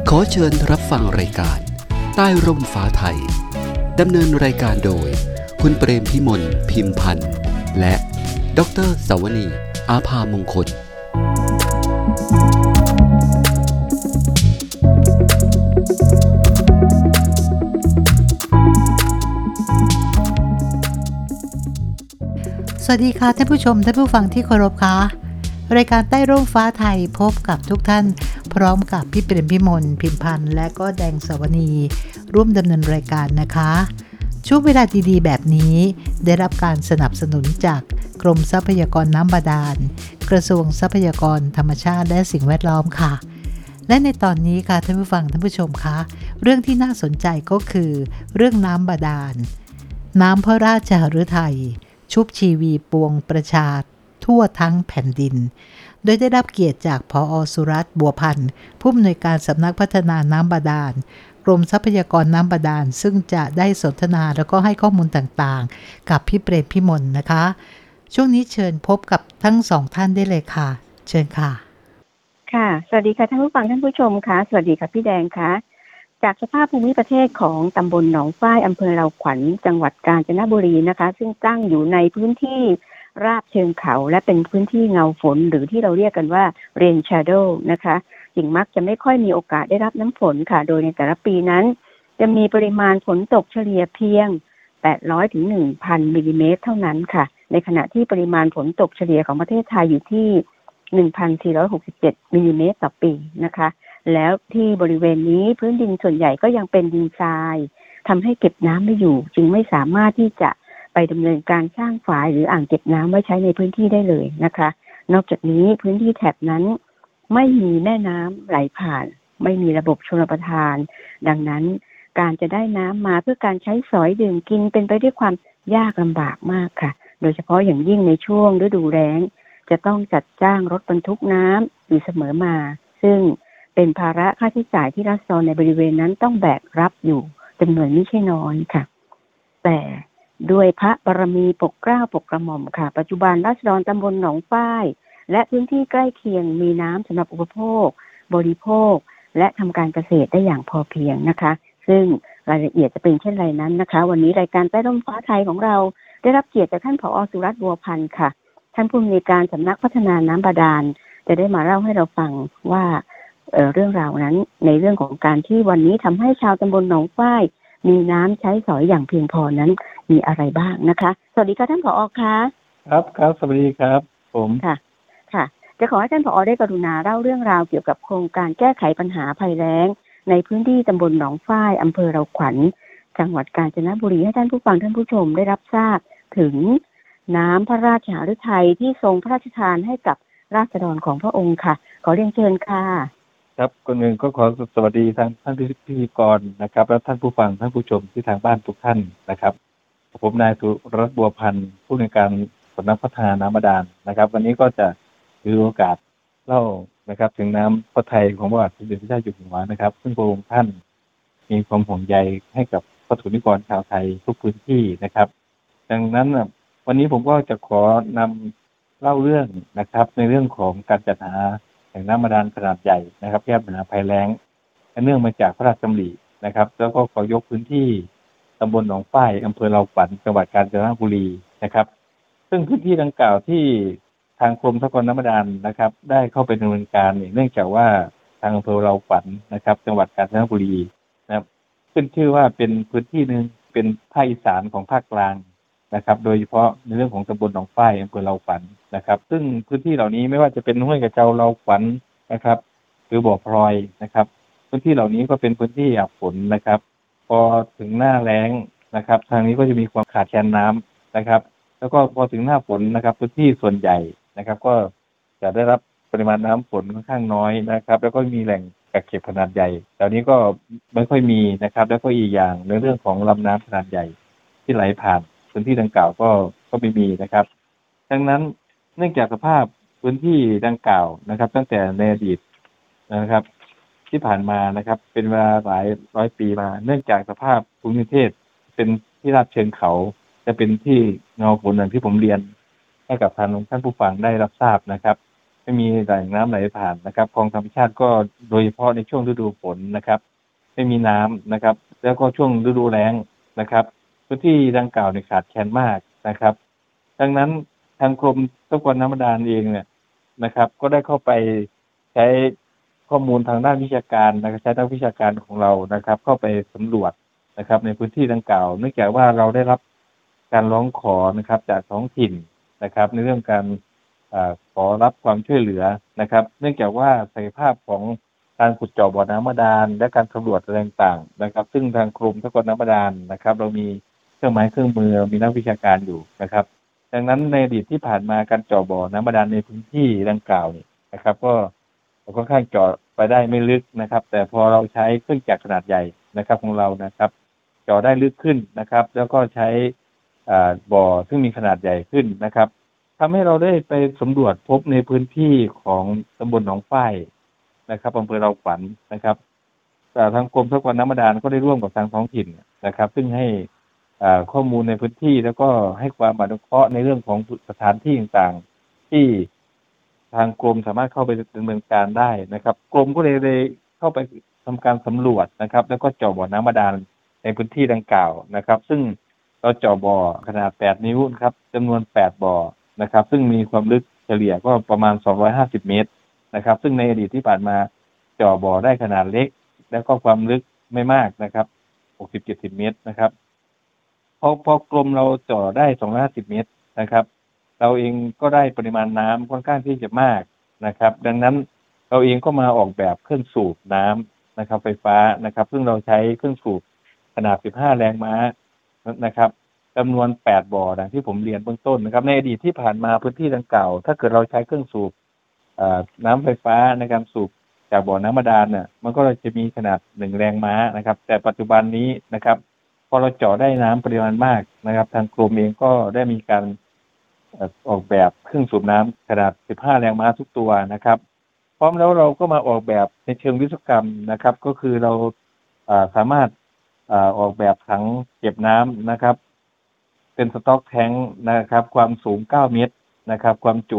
ขอเชิญรับฟังรายการใต้ร่มฟ้าไทยดำเนินรายการโดยคุณเปรมพิมลพิมพันธ์และดร.สวนีอาภามงคลสวัสดีค่ะท่านผู้ชมท่านผู้ฟังที่เคารพค่ะรายการใต้ร่มฟ้าไทยพบกับทุกท่านพร้อมกับพี่เปรมพิมลพิมพันธ์และก็แดงสวนีร่วมดำเนินรายการนะคะช่วงเวลาดีๆแบบนี้ได้รับการสนับสนุนจากกรมทรัพยากรน้ำบาดาลกระทรวงทรัพยากรธรรมชาติและสิ่งแวดล้อมค่ะและในตอนนี้ค่ะท่านผู้ฟังท่านผู้ชมคะเรื่องที่น่าสนใจก็คือเรื่องน้ำบาดาลน้ำพระราชฤทัยชุบชีวีปวงประชาทั่วทั้งแผ่นดินโดยได้รับเกียรติจากผอ.สุรัตน์บัวพันธ์ผู้อำนวยการสำนักพัฒนาน้ำบาดาลกรมทรัพยากรน้ำบาดาลซึ่งจะได้สนทนาแล้วก็ให้ข้อมูลต่างๆกับพี่เปรมพิมลนะคะช่วงนี้เชิญพบกับทั้งสองท่านได้เลยค่ะเชิญค่ะค่ะสวัสดีค่ะท่านผู้ฟังท่านผู้ชมค่ะสวัสดีค่ะพี่แดงค่ะจากสภาพภูมิประเทศของตำบลหนองฝ้ายอำเภอเลาขวัญจังหวัดกาญจนบุรีนะคะซึ่งตั้งอยู่ในพื้นที่ราบเชิงเขาและเป็นพื้นที่เงาฝนหรือที่เราเรียกกันว่า Rain Shadow นะคะจึงมักจะไม่ค่อยมีโอกาสได้รับน้ำฝนค่ะโดยในแต่ละปีนั้นจะมีปริมาณฝนตกเฉลี่ยเพียง800ถึง 1,000 มิลลิเมตรเท่านั้นค่ะในขณะที่ปริมาณฝนตกเฉลี่ยของประเทศไทยอยู่ที่ 1,467 มิลลิเมตรต่อปีนะคะแล้วที่บริเวณนี้พื้นดินส่วนใหญ่ก็ยังเป็นดินทรายทำให้เก็บน้ำไม่อยู่จึงไม่สามารถที่จะไปดำเนินการสร้างฝายหรืออ่างเก็บน้ำไว้ใช้ในพื้นที่ได้เลยนะคะนอกจากนี้พื้นที่แถบนั้นไม่มีแม่น้ำไหลผ่านไม่มีระบบชลประทานดังนั้นการจะได้น้ำมาเพื่อการใช้สอยดื่มกินเป็นไปด้วยความยากลำบากมากค่ะโดยเฉพาะอย่างยิ่งในช่วงฤดูแล้งจะต้องจัดจ้างรถบรรทุกน้ำอยู่เสมอมาซึ่งเป็นภาระค่าใช้จ่ายที่รัฐในบริเวณนั้นต้องแบกรับอยู่จำนวนไม่ใช่น้อยค่ะแต่ด้วยพระบารมีปกเกล้าปกกระหม่อมค่ะปัจจุบันราษฎรตำบลหนองฝ้ายและพื้นที่ใกล้เคียงมีน้ำสำหรับอุปโภคบริโภคและทำการเกษตรได้อย่างพอเพียงนะคะซึ่งรายละเอียดจะเป็นเช่นไรนั้นนะคะวันนี้รายการใต้ร่มฟ้าไทยของเราได้รับเกียรติจากท่านผอ.สุรัตน์บัวพันธ์ค่ะท่านผู้อำนวยการสำนักพัฒนาน้ำบาดาลจะได้มาเล่าให้เราฟังว่าเรื่องราวนั้นในเรื่องของการที่วันนี้ทำให้ชาวตำบลหนองฝ้ายมีน้ำใช้สอยอย่างเพียงพอนั้นมีอะไรบ้างนะคะสวัสดีค่ะท่านผอ.ค่ะครับสวัสดีครับผมค่ะจะขอให้ท่านผอ.ได้กรุณาเล่าเรื่องราวเกี่ยวกับโครงการแก้ไขปัญหาภัยแล้งในพื้นที่ตำบลหนองฝ้ายอำเภอเลาขวัญจังหวัดกาญจนบุรีให้ท่านผู้ฟังท่านผู้ชมได้รับทราบถึงน้ำพระราชฤทัยที่ทรงพระราชทานให้กับราษฎรของพระองค์ค่ะขอเรียนเชิญค่ะครับก่อนอื่นก็ขอสวัสดีท่านพิธีกรนะครับและท่านผู้ฟังท่านผู้ชมที่ทางบ้านทุกท่านนะครับผมนายสุรัตน์บัวพันธ์ผู้อำนวยการสำนักพัฒนาน้ำบาดาลนะครับวันนี้ก็จะถือโอกาสเล่านะครับถึงน้ำพระทัยของพระบาทสมเด็จพระเจ้าอยู่หัวนะครับซึ่งพระองค์ท่านมีความห่วงใยให้กับประสบนิกรชาวไทยทุกพื้นที่นะครับดังนั้นวันนี้ผมก็จะขอนำเล่าเรื่องนะครับในเรื่องของการจัดหาแหล่งน้ำบาดาลขนาดใหญ่นะครับแก้ปัญหาภัยแล้งเนื่องมาจากพระราชดำรินะครับแล้วก็ขอยกพื้นที่ตำบลหนองฝ้ายอำเภอเลาขวัญจังหวัดกาญจนบุรีนะครับซึ่งพื้นที่ดังกล่าวที่ทางกรมทรัพยากรน้ำบาดาลนะครับได้เข้าไปดำเนินการเนื่องจากว่าทางอำเภอเลาขวัญนะครับจังหวัดกาญจนบุรีนะครับขึ้นชื่อว่าเป็นพื้นที่นึงเป็นภาคอีสานของภาคกลางนะครับโดยเฉพาะในเรื่องของตำบลหนองฝ้ายอำเภอเลาขวัญนะครับซึ่งพื้นที่เหล่านี้ไม่ว่าจะเป็นห้วยกระเจ้าเลาขวัญนะครับหรือบ่อพลอยนะครับพื้นที่เหล่านี้ก็เป็นพื้นที่อับฝนนะครับพอถึงหน้าแล้งนะครับทางนี้ก็จะมีความขาดแคลนน้ำนะครับแล้วก็พอถึงหน้าฝนนะครับพื้นที่ส่วนใหญ่นะครับก็จะได้รับปริมาณน้ำฝนค่อนข้างน้อยนะครับแล้วก็มีแหล่งกักเก็บขนาดใหญ่เหล่านี้ก็ไม่ค่อยมีนะครับแล้วก็อีกอย่างในเรื่องของลำน้ำขนาดใหญ่ที่ไหลผ่านพื้นที่ดังกล่าวก็ไม่มีนะครับดังนั้นเนื่องจากสภาพพื้นที่ดังกล่าวนะครับตั้งแต่ในอดีตนะครับที่ผ่านมานะครับเป็นเวลาหลายร้อยปีมาเนื่องจากสภาพภูมิประเทศเป็นที่ราบเชิงเขาจะเป็นที่เงาฝนอย่างที่ผมเรียนให้กับท่านผู้ฟังได้รับทราบนะครับไม่มีแหล่งน้ำไหลผ่านนะครับคลองธรรมชาติก็โดยเฉพาะในช่วงฤดูฝนนะครับไม่มีน้ำนะครับแล้วก็ช่วงฤดูแล้งนะครับพื้นที่ดังกล่าวเนี่ยขาดแคลนมากนะครับดังนั้นทางกรมทรัพยากรน้ำบาดาลเองเนี่ยนะครับก็ได้เข้าไปใช้ข้อมูลทางด้านวิชาการนะครับใช้นักวิชาการของเรานะครับเข้าไปสำรวจนะครับในพื้นที่ดังกล่าวเนื่องจากว่าเราได้รับการร้องขอนะครับจากท้องถิ่นนะครับในเรื่องการขอรับความช่วยเหลือนะครับเนื่องจากว่าศักยภาพของการขุดเจาะบ่อน้ำบาดาลและการสำรวจอะไรต่างๆนะครับซึ่งทางกรมทรัพยากรน้ำบาดาลนะครับเรามีเครื่องไม้เครื่องมือมีนักวิชาการอยู่นะครับดังนั้นในอดีตที่ผ่านมาการเจาะบ่อน้ำบาดาลในพื้นที่ดังกล่าวนะครับก็ค่อนข้างเจาะไปได้ไม่ลึกนะครับแต่พอเราใช้เครื่องจักรขนาดใหญ่นะครับของเรานะครับเจาะได้ลึกขึ้นนะครับแล้วก็ใช้บ่อซึ่งมีขนาดใหญ่ขึ้นนะครับทำให้เราได้ไปสำรวจพบในพื้นที่ของตำบลหนองฝ้ายนะครับอำเภอเราขวัญนะครับทางกรมทรัพยากรน้ำบาดาลก็ได้ร่วมกับทางท้องถิ่นนะครับซึ่งให้ข้อมูลในพื้นที่แล้วก็ให้ความอนุเคราะห์ในเรื่องของสถานที่ต่างๆที่ทางกรมสามารถเข้าไปดำเนินการได้นะครับกรมก็เลยเข้าไปทำการสำรวจนะครับแล้วก็เจาะบ่อน้ำบาดาลในพื้นที่ดังกล่าวนะครับซึ่งเราเจาะบ่อขนาด8 นิ้วครับจำนวน8บ่อนะครับซึ่งมีความลึกเฉลี่ยก็ประมาณ250 เมตรนะครับซึ่งในอดีตที่ผ่านมาเจาะบ่อได้ขนาดเล็กแล้วก็ความลึกไม่มากนะครับ60-70 เมตรนะครับพอกรมเราเจาะได้250 เมตรนะครับเราเองก็ได้ปริมาณน้ำค่อนข้างที่จะมากนะครับดังนั้นเราเองก็มาออกแบบเครื่องสูบน้ำนะครับไฟฟ้านะครับซึ่งเราใช้เครื่องสูบขนาด15 แรงม้านะครับจำนวน8บ่อดังที่ผมเรียนเบื้องต้นนะครับในอดีตที่ผ่านมาพื้นที่ดังกล่าวถ้าเกิดเราใช้เครื่องสูบน้ำไฟฟ้าในการสูบจากบ่อน้ำบาดาลเนี่ยมันก็จะมีขนาด1 แรงม้านะครับแต่ปัจจุบันนี้นะครับพอเราเจาะได้น้ำปริมาณมากนะครับทางกรมเองก็ได้มีการออกแบบเครื่องสูบน้ำขนาด15 แรงม้าทุกตัวนะครับพร้อมแล้วเราก็มาออกแบบในเชิงวิศวกรรมนะครับก็คือเราสามารถออกแบบถังเก็บน้ำนะครับเป็นสต็อกแท้งนะครับความสูง9 เมตรนะครับความจุ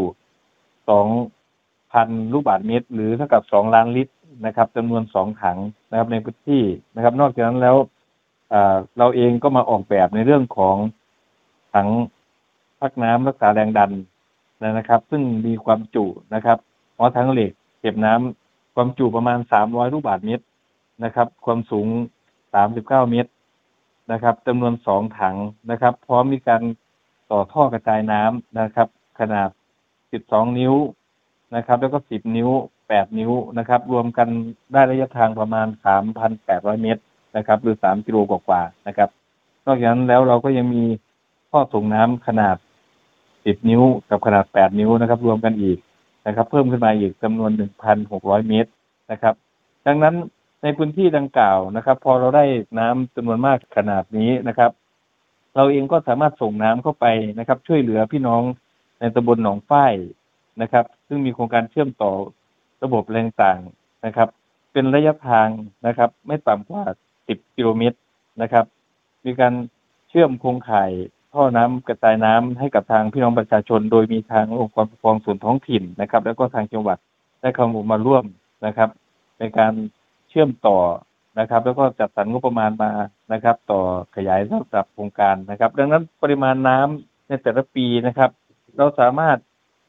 2,000 ลูกบาศก์เมตรหรือเท่ากับ2 ล้านลิตรนะครับจำนวน2 ถังนะครับในพื้นที่นะครับนอกจากนั้นแล้วเราเองก็มาออกแบบในเรื่องของถังพักน้ำรักษาแรงดันนะครับซึ่งมีความจุนะครับถังเหล็กเก็บน้ำความจุประมาณ300 ลูกบาศก์เมตรนะครับความสูง39 เมตรนะครับจำนวน2 ถังนะครับพร้อมมีการต่อท่อกระจายน้ำนะครับขนาด12 นิ้วนะครับแล้วก็10 นิ้ว8 นิ้วนะครับรวมกันได้ระยะทางประมาณ 3,800 เมตรนะครับหรือ3 กิโลกว่าๆนะครับนอกจากนั้นแล้วเราก็ยังมีท่อส่งน้ำขนาด10 นิ้วกับขนาด8 นิ้วนะครับรวมกันอีกนะครับเพิ่มขึ้นมาอีกจำนวน 1,600 เมตรนะครับดังนั้นในพื้นที่ดังกล่าวนะครับพอเราได้น้ำจำนวนมากขนาดนี้นะครับเราเองก็สามารถส่งน้ำเข้าไปนะครับช่วยเหลือพี่น้องในตำบลหนองฝ้ายนะครับซึ่งมีโครงการเชื่อมต่อระบบแรงต่างนะครับเป็นระยะทางนะครับไม่ต่ำกว่า10 กิโลเมตรนะครับมีการเชื่อมโครงข่ายท่อน้ำกระจายน้ำให้กับทางพี่น้องประชาชนโดยมีทางองค์กรปกครองส่วนท้องถิ่นนะครับแล้วก็ทางจังหวัดได้เข้ามาร่วมนะครับในการเชื่อมต่อนะครับแล้วก็จัดสรรงบประมาณมานะครับต่อขยายระดับโครงการนะครับดังนั้นปริมาณน้ำในแต่ละปีนะครับเราสามารถ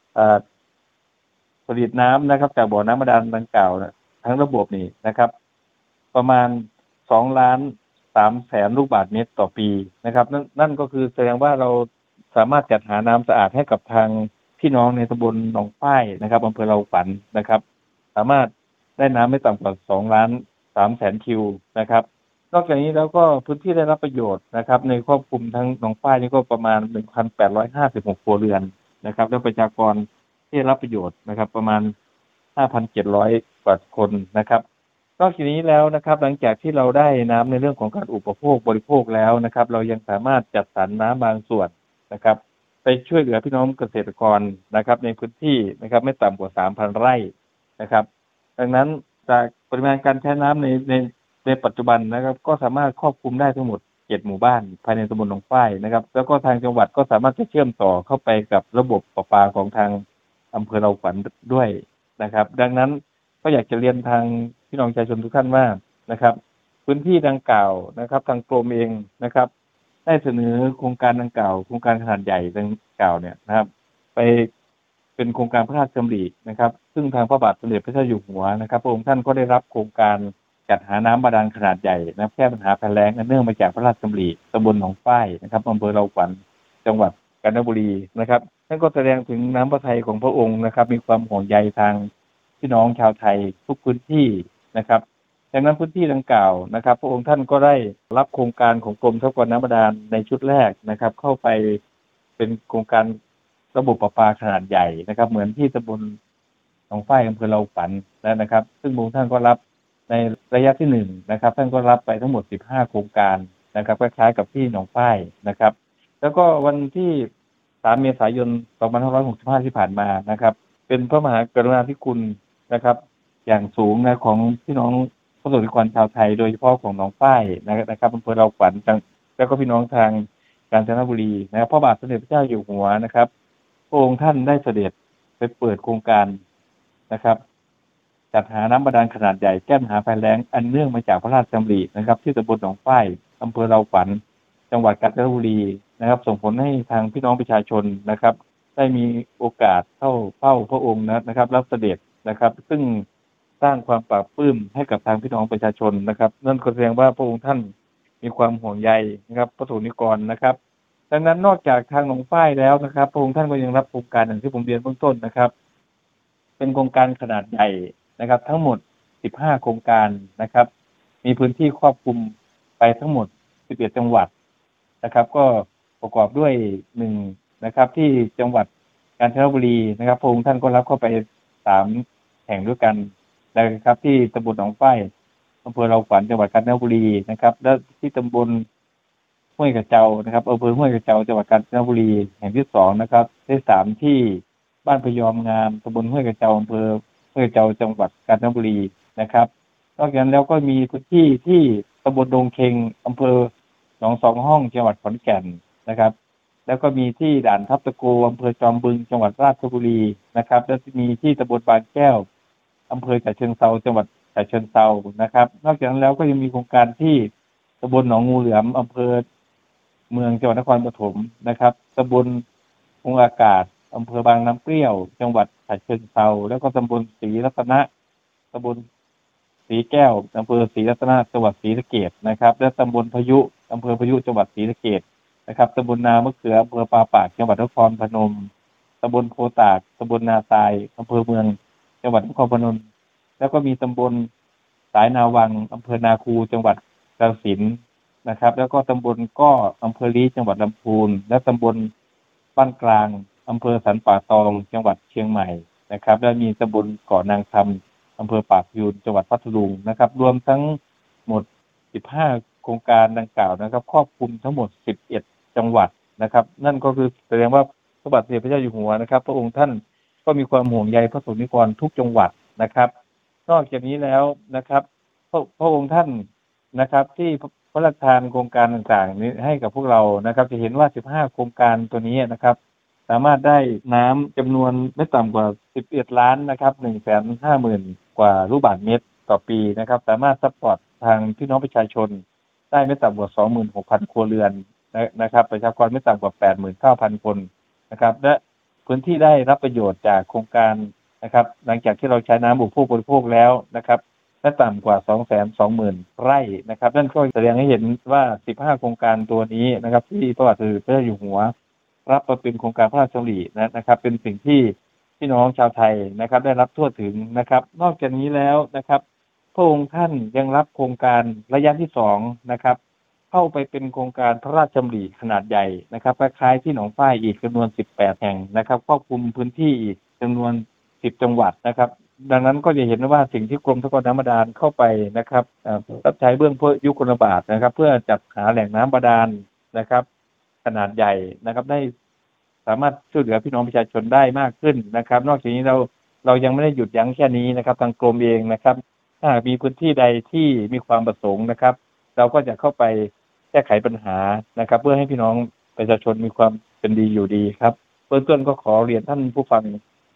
ผลิตน้ำนะครับจากบ่อน้ำบาดาลดังกล่าวทั้งระบบนี่นะครับประมาณ2,300,000 ลูกบาศก์เมตรต่อปีนะครับนั่นก็คือแสดงว่าเราสามารถจัดหาน้ำสะอาดให้กับทางพี่น้องในตำบลหนองฝ้ายนะครับอำเภอเราขวัญนะครับสามารถได้น้ำไม่ต่ำกว่า2,300,000 คิวนะครับนอกจากนี้แล้วก็พื้นที่ได้รับประโยชน์นะครับในครอบคลุมทั้งหนองฝ้ายนี่ก็ประมาณ 1,856 ครัวเรือนนะครับและประชากรที่รับประโยชน์นะครับประมาณ 5,700 กว่าคนนะครับนอกจากนี้แล้วนะครับหลังจากที่เราได้น้ำในเรื่องของการอุปโภคบริโภคแล้วนะครับเรายังสามารถจัดสรรน้ำบางส่วนนะครับไปช่วยเหลือพี่น้องเกษตรกรนะครับในพื้นที่นะครับไม่ต่ำกว่า 3,000 ไร่นะครับดังนั้นจากปริมาณการใช้น้ำในปัจจุบันนะครับก็สามารถครอบคลุมได้ทั้งหมด7 หมู่บ้านภายในตำบลหนองฝ้ายนะครับแล้วก็ทางจังหวัดก็สามารถจะเชื่อมต่อเข้าไปกับระบบประปาของทางอำเภอเราขวัญด้วยนะครับดังนั้นก็อยากจะเรียนทางพี่น้องประชาชนทุกท่านว่านะครับพื้นที่ดังกล่าวนะครับทางกรมเองนะครับได้เสนอโครงการดังกล่าวโครงการขนาดใหญ่ดังกล่าวเนี่ยนะครับไปเป็นโครงการพระราชดำรินะครับซึ่งทางพระบาทสมเด็จพระเจ้าอยู่หัวนะครับพระองค์ท่านก็ได้รับโครงการจัดหาน้ำบาดาลขนาดใหญ่นะแก้ปัญหาภัยแล้งเนื่องมาจากพระราชดำริตำบลหนองฝ้ายนะครับอำเภอเราขวัญจังหวัดกาญจนบุรีนะครับนั่นก็แสดงถึงน้ำพระทัยของพระองค์นะครับมีความห่วงใยทางพี่น้องชาวไทยทุกพื้นที่นะครับดังนั้นพื้นที่ดังกล่าวนะครับพระองค์ท่านก็ได้รับโครงการของกรมทรัพยากรน้ำบาดาลในชุดแรกนะครับเข้าไปเป็นโครงการระบบประปาขนาดใหญ่นะครับเหมือนที่ตำบลหนองฝ้ายอำเภอเราขวัญนะครับซึ่งพระองค์ท่านก็รับในระยะที่1นะครับท่านก็รับไปทั้งหมด15โครงการนะครับคล้ายๆกับที่หนองฝ้ายนะครับแล้วก็วันที่3เมษายน2565ที่ผ่านมานะครับเป็นพระมหากรุณาธิคุณนะครับอย่างสูงนะของพี่น้องประสบนิกรชาวไทยโดยเฉพาะของหนองฝ้ายนะครับอำเภอเราขวัญแล้วก็พี่น้องทางกาญจนบุรีนะครับพระบาทสมเด็จพระเจ้าอยู่หัวนะครับพระองค์ท่านได้เสด็จไปเปิดโครงการนะครับจัดหาน้ำบาดาลขนาดใหญ่แก้ปัญหาภัยแล้งอันเนื่องมาจากพระราชดำรินะครับที่ตำบลหนองฝ้ายอำเภอเราขวัญจังหวัดกาญจนบุรีนะครับส่งผลให้ทางพี่น้องประชาชนนะครับได้มีโอกาสเข้าเฝ้าพระองค์นะครับรับเสด็จนะครับซึ่งสร้างความปลาบปลื้มให้กับทางพี่น้องประชาชนนะครับนั่นก็แสดงว่าพระองค์ท่านมีความห่วงใยนะครับประสบนิกรนะครับดังนั้นนอกจากทางหนองฝ้ายแล้วนะครับพระองค์ท่านก็ยังรับโครงการอย่างที่ผมเรียนเบื้องต้นนะครับเป็นโครงการขนาดใหญ่นะครับทั้งหมด15โครงการนะครับมีพื้นที่ครอบคลุมไปทั้งหมด11จังหวัดนะครับก็ประกอบด้วย1นะครับที่จังหวัดกาญจนบุรีนะครับพระองค์ท่านก็รับเข้าไป3แห่งด้วยกันนะครับที่ตำบลหนองฝ้ายอำเภอเราขวัญจังหวัดกาญจนบุรีนะครับและที่ตำบลห้วยกระเจ้านะครับอำเภอห้วยกระเจ้าจังหวัดกาญจนบุรีแห่งที่2นะครับที่3ที่บ้านพยอมงามตำบลห้วยกระเจ้าอำเภอห้วยกระเจ้าจังหวัดกาญจนบุรีนะครับนอกจากนั้นแล้วก็มีพื้นที่ที่ตำบลดงเค็งอำเภอหนองสองห้องจังหวัดขอนแก่นนะครับแล้วก็มีที่ด่านทับตะโกอำเภอจอมบึงจังหวัดราชบุรีนะครับแล้วมีที่ตำบลบางแก้วอำเภอฉะเชิงเทราจังหวัดฉะเชิงเทรานะครับนอกจากนั้นแล้วก็ยังมีโครงการที่ตำบลหนองงูเหลือมอำเภอเมืองจังหวัดนครปฐมนะครับตำบลองค์อากาศอำเภอบางน้ำเปรี้ยวจังหวัดฉะเชิงเทราแล้วก็ตำบลศรีรัตนะตำบลศรีแก้วอำเภอศรีรัตนะจังหวัดศรีสะเกษนะครับและตำบลพายุอำเภอพายุจังหวัดศรีสะเกษนะครับตำบลนามะเขืออำเภอปาปากจังหวัดนครพนมตำบลโพตากตำบลนาทรายอำเภอเมืองจังหวัดนครพนมแล้วก็มีตำบลสายนาวังอำเภอนาคูจังหวัดกาฬสินธุ์นะครับแล้วก็ตำบลก้ออำเภอลี้จังหวัดลำพูนและตำบลบ้านกลางอำเภอสันป่าตองจังหวัดเชียงใหม่นะครับและมีตำบลเกาะนางคำอำเภอปากพยูนจังหวัดพัทลุงนะครับรวมทั้งหมด15โครงการดังกล่าวนะครับครอบคลุมทั้งหมด11จังหวัดนะครับนั่นก็คือแสดงว่าพระบาทสมเด็จพระเจ้าอยู่หัวนะครับพระองค์ท่านก็มีความห่วงใยพระสงฆ์นิกรทุกจังหวัดนะครับนอกจากนี้แล้วนะครับพระองค์ท่านนะครับที่พระราชทานโครงการต่างๆนี้ให้กับพวกเรานะครับจะเห็นว่า15โครงการตัวนี้นะครับสามารถได้น้ำจำนวนไม่ต่ำกว่า11ล้านนะครับ 150,000 กว่าลูกบาศก์เมตรต่อปีนะครับสามารถซัพพอร์ตทางพี่น้องประชาชนได้ไม่ต่ำกว่า 26,000 ครัวเรือนนะครับประชากรไม่ต่ำกว่า 89,000 คนนะครับและพื้นที่ได้รับประโยชน์จากโครงการนะครับหลังจากที่เราใช้น้ำอุปโภคบริโภคแล้วนะครับไม่ต่ำกว่า 220,000 ไร่นะครับนั่นก็แสดงให้เห็นว่า15โครงการตัวนี้นะครับที่พระบาทสมเด็จพระเจ้าอยู่หัวรับมาเป็นโครงการพระราชดำรินะครับเป็นสิ่งที่พี่น้องชาวไทยนะครับได้รับทั่วถึงนะครับนอกจากนี้แล้วนะครับพระองค์ท่านยังรับโครงการระยะที่2นะครับเข้าไปเป็นโครงการพระราชดำริขนาดใหญ่นะครับคล้ายๆที่หนองฝ้ายอีกจำนวน18แห่งนะครับครอบคลุมพื้นที่อีกจำนวน10จังหวัดนะครับดังนั้นก็จะเห็นว่าสิ่งที่กรมทรัพยากรน้ำบาดาลเข้าไปนะครับรับใช้เบื้องเพื่อยุคลบาทนะครับเพื่อจัดหาแหล่งน้ำบาดาลนะครับขนาดใหญ่นะครับได้สามารถช่วยเหลือพี่น้องประชาชนได้มากขึ้นนะครับนอกจากนี้เรายังไม่ได้หยุดยั้งแค่นี้นะครับทางกรมเองนะครับถ้ามีพื้นที่ใดที่มีความประสงค์นะครับเราก็จะเข้าไปแก้ไขปัญหานะครับเพื่อให้พี่น้องประชาชนมีความเป็นดีอยู่ดีครับเบื้องต้นก็ขอเรียนท่านผู้ฟัง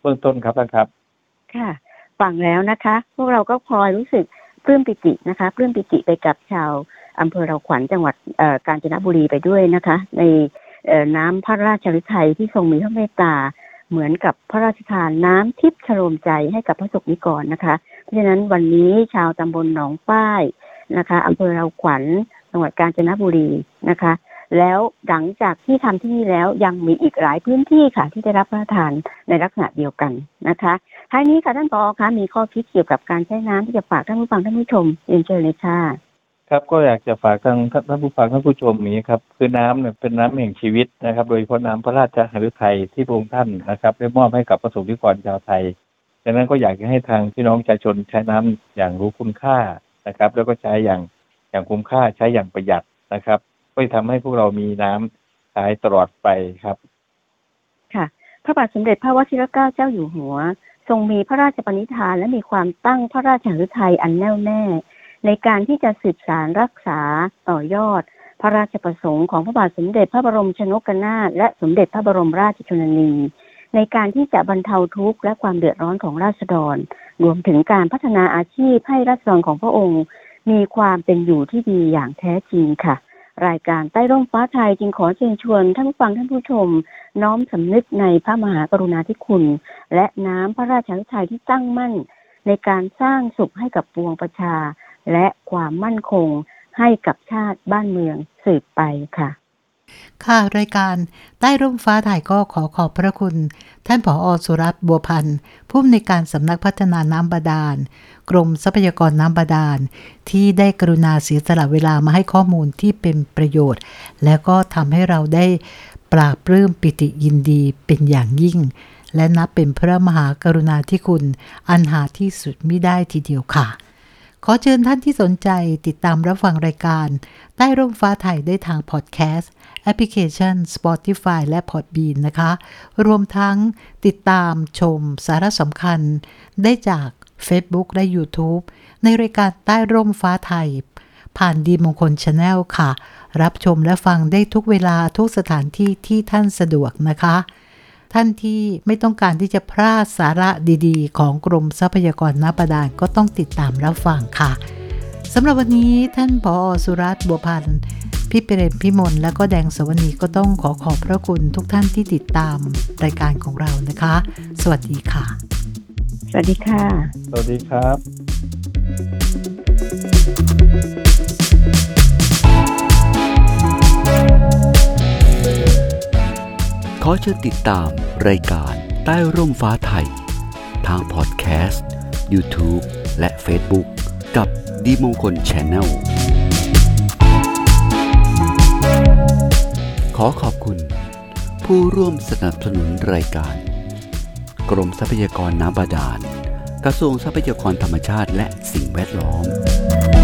เบื้องต้นครับท่านครับค่ะฟังแล้วนะคะพวกเราก็พลอยรู้สึกปลื้มปิตินะคะปลื้มปิติไปกับชาวอำเภอเราขวัญจังหวัดกาญจนบุรีไปด้วยนะคะในน้ำพระราชฤทัยที่ทรงมีพระเมตตาเหมือนกับพระราชทานน้ำทิพย์ชโลมใจให้กับพระสงฆ์นิกรนะคะเพราะฉะนั้นวันนี้ชาวตำบลหนองป้ายนะคะอำเภอเราขวัญจังหวัดกาญจนบุรีนะคะแล้วหลังจากที่ทำที่นี่แล้วยังมีอีกหลายพื้นที่ค่ะที่ได้รับพระราชทานในลักษณะเดียวกันนะคะท้ายนี้ค่ะท่านผอ.คะมีข้อคิดเกี่ยวกับการใช้น้ำที่จะฝากท่านผู้ฟังท่านผู้ชมเรียนเชิญเลยค่ะครับก็อยากจะฝากท่านผู้ฟังท่านผู้ชมนี้ครับคือน้ำเนี่ยเป็นน้ำแห่งชีวิตนะครับโดยเฉพาะน้ำพระราชฤทัยที่พระองค์ท่านนะครับได้มอบให้กับประสบนิกรชาวไทยดังนั้นก็อยากจะให้ทางพี่น้องประชาชนใช้น้ำอย่างรู้คุณค่านะครับแล้วก็ใช้อย่างคุ้มค่าใช้อย่างประหยัดนะครับก็จะทำให้พวกเรามีน้ำใช้ตลอดไปครับค่ะพระบาทสมเด็จพระวชิรเกล้าเจ้าอยู่หัวทรงมีพระราชปณิธานและมีความตั้งพระราชฤทัยอันแน่วแน่ในการที่จะสืบสานรักษาต่อยอดพระราชประสงค์ของพระบาทสมเด็จพระบรมชนกนาถและสมเด็จพระบรมราชชนนีในการที่จะบรรเทาทุกข์และความเดือดร้อนของราษฎรรวมถึงการพัฒนาอาชีพให้ราษฎรของพระองค์มีความเป็นอยู่ที่ดีอย่างแท้จริงค่ะรายการใต้ร่มฟ้าไทยจึงขอเชิญชวนท่านผู้ฟังท่านผู้ชมน้อมสำนึกในพระมหากรุณาธิคุณและน้ำพระราชฤทัยที่ตั้งมั่นในการสร้างสุขให้กับปวงประชาและความมั่นคงให้กับชาติบ้านเมืองสืบไปค่ะค่ะรายการใต้ร่มฟ้าไทยก็ขอบพระคุณท่านผอ.สุรัตน์บัวพันธ์ผู้อำนวยการสำนักพัฒนาน้ำบาดาลกรมทรัพยากรน้ำบาดาลที่ได้กรุณาเสียสละเวลามาให้ข้อมูลที่เป็นประโยชน์และก็ทำให้เราได้ปราบปลื้มปิติยินดีเป็นอย่างยิ่งและนับเป็นพระมหากรุณาธิคุณอันหาที่สุดมิได้ทีเดียวค่ะขอเชิญท่านที่สนใจติดตามรับฟังรายการใต้ร่มฟ้าไทยได้ทางพอดแคสต์แอปพลิเคชัน Spotify และ Podbean นะคะรวมทั้งติดตามชมสาระสำคัญได้จาก Facebook และ YouTube ในรายการใต้ร่มฟ้าไทยผ่านดีมงคล Channel ค่ะรับชมและฟังได้ทุกเวลาทุกสถานที่ที่ท่านสะดวกนะคะท่านที่ไม่ต้องการที่จะพลาดสาระดีๆของกรมทรัพยากรน้ำบาดาลก็ต้องติดตามรับฟังค่ะสำหรับวันนี้ท่านผอ.สุรัตน์บัวพันธ์พี่เปรมพิมลและก็แดงสวนีก็ต้องขอบพระคุณทุกท่านที่ติดตามรายการของเรานะคะสวัสดีค่ะสวัสดีค่ะสวัสดีครับขอเชิญติดตามรายการใต้ร่มฟ้าไทยทางพอดแคสต์ YouTube และ Facebook กับดีมงคล Channel ขอขอบคุณผู้ร่วมสนับสนุนรายการกรมทรัพยากรน้ำบาดาลกระทรวงทรัพยากรธรรมชาติและสิ่งแวดล้อม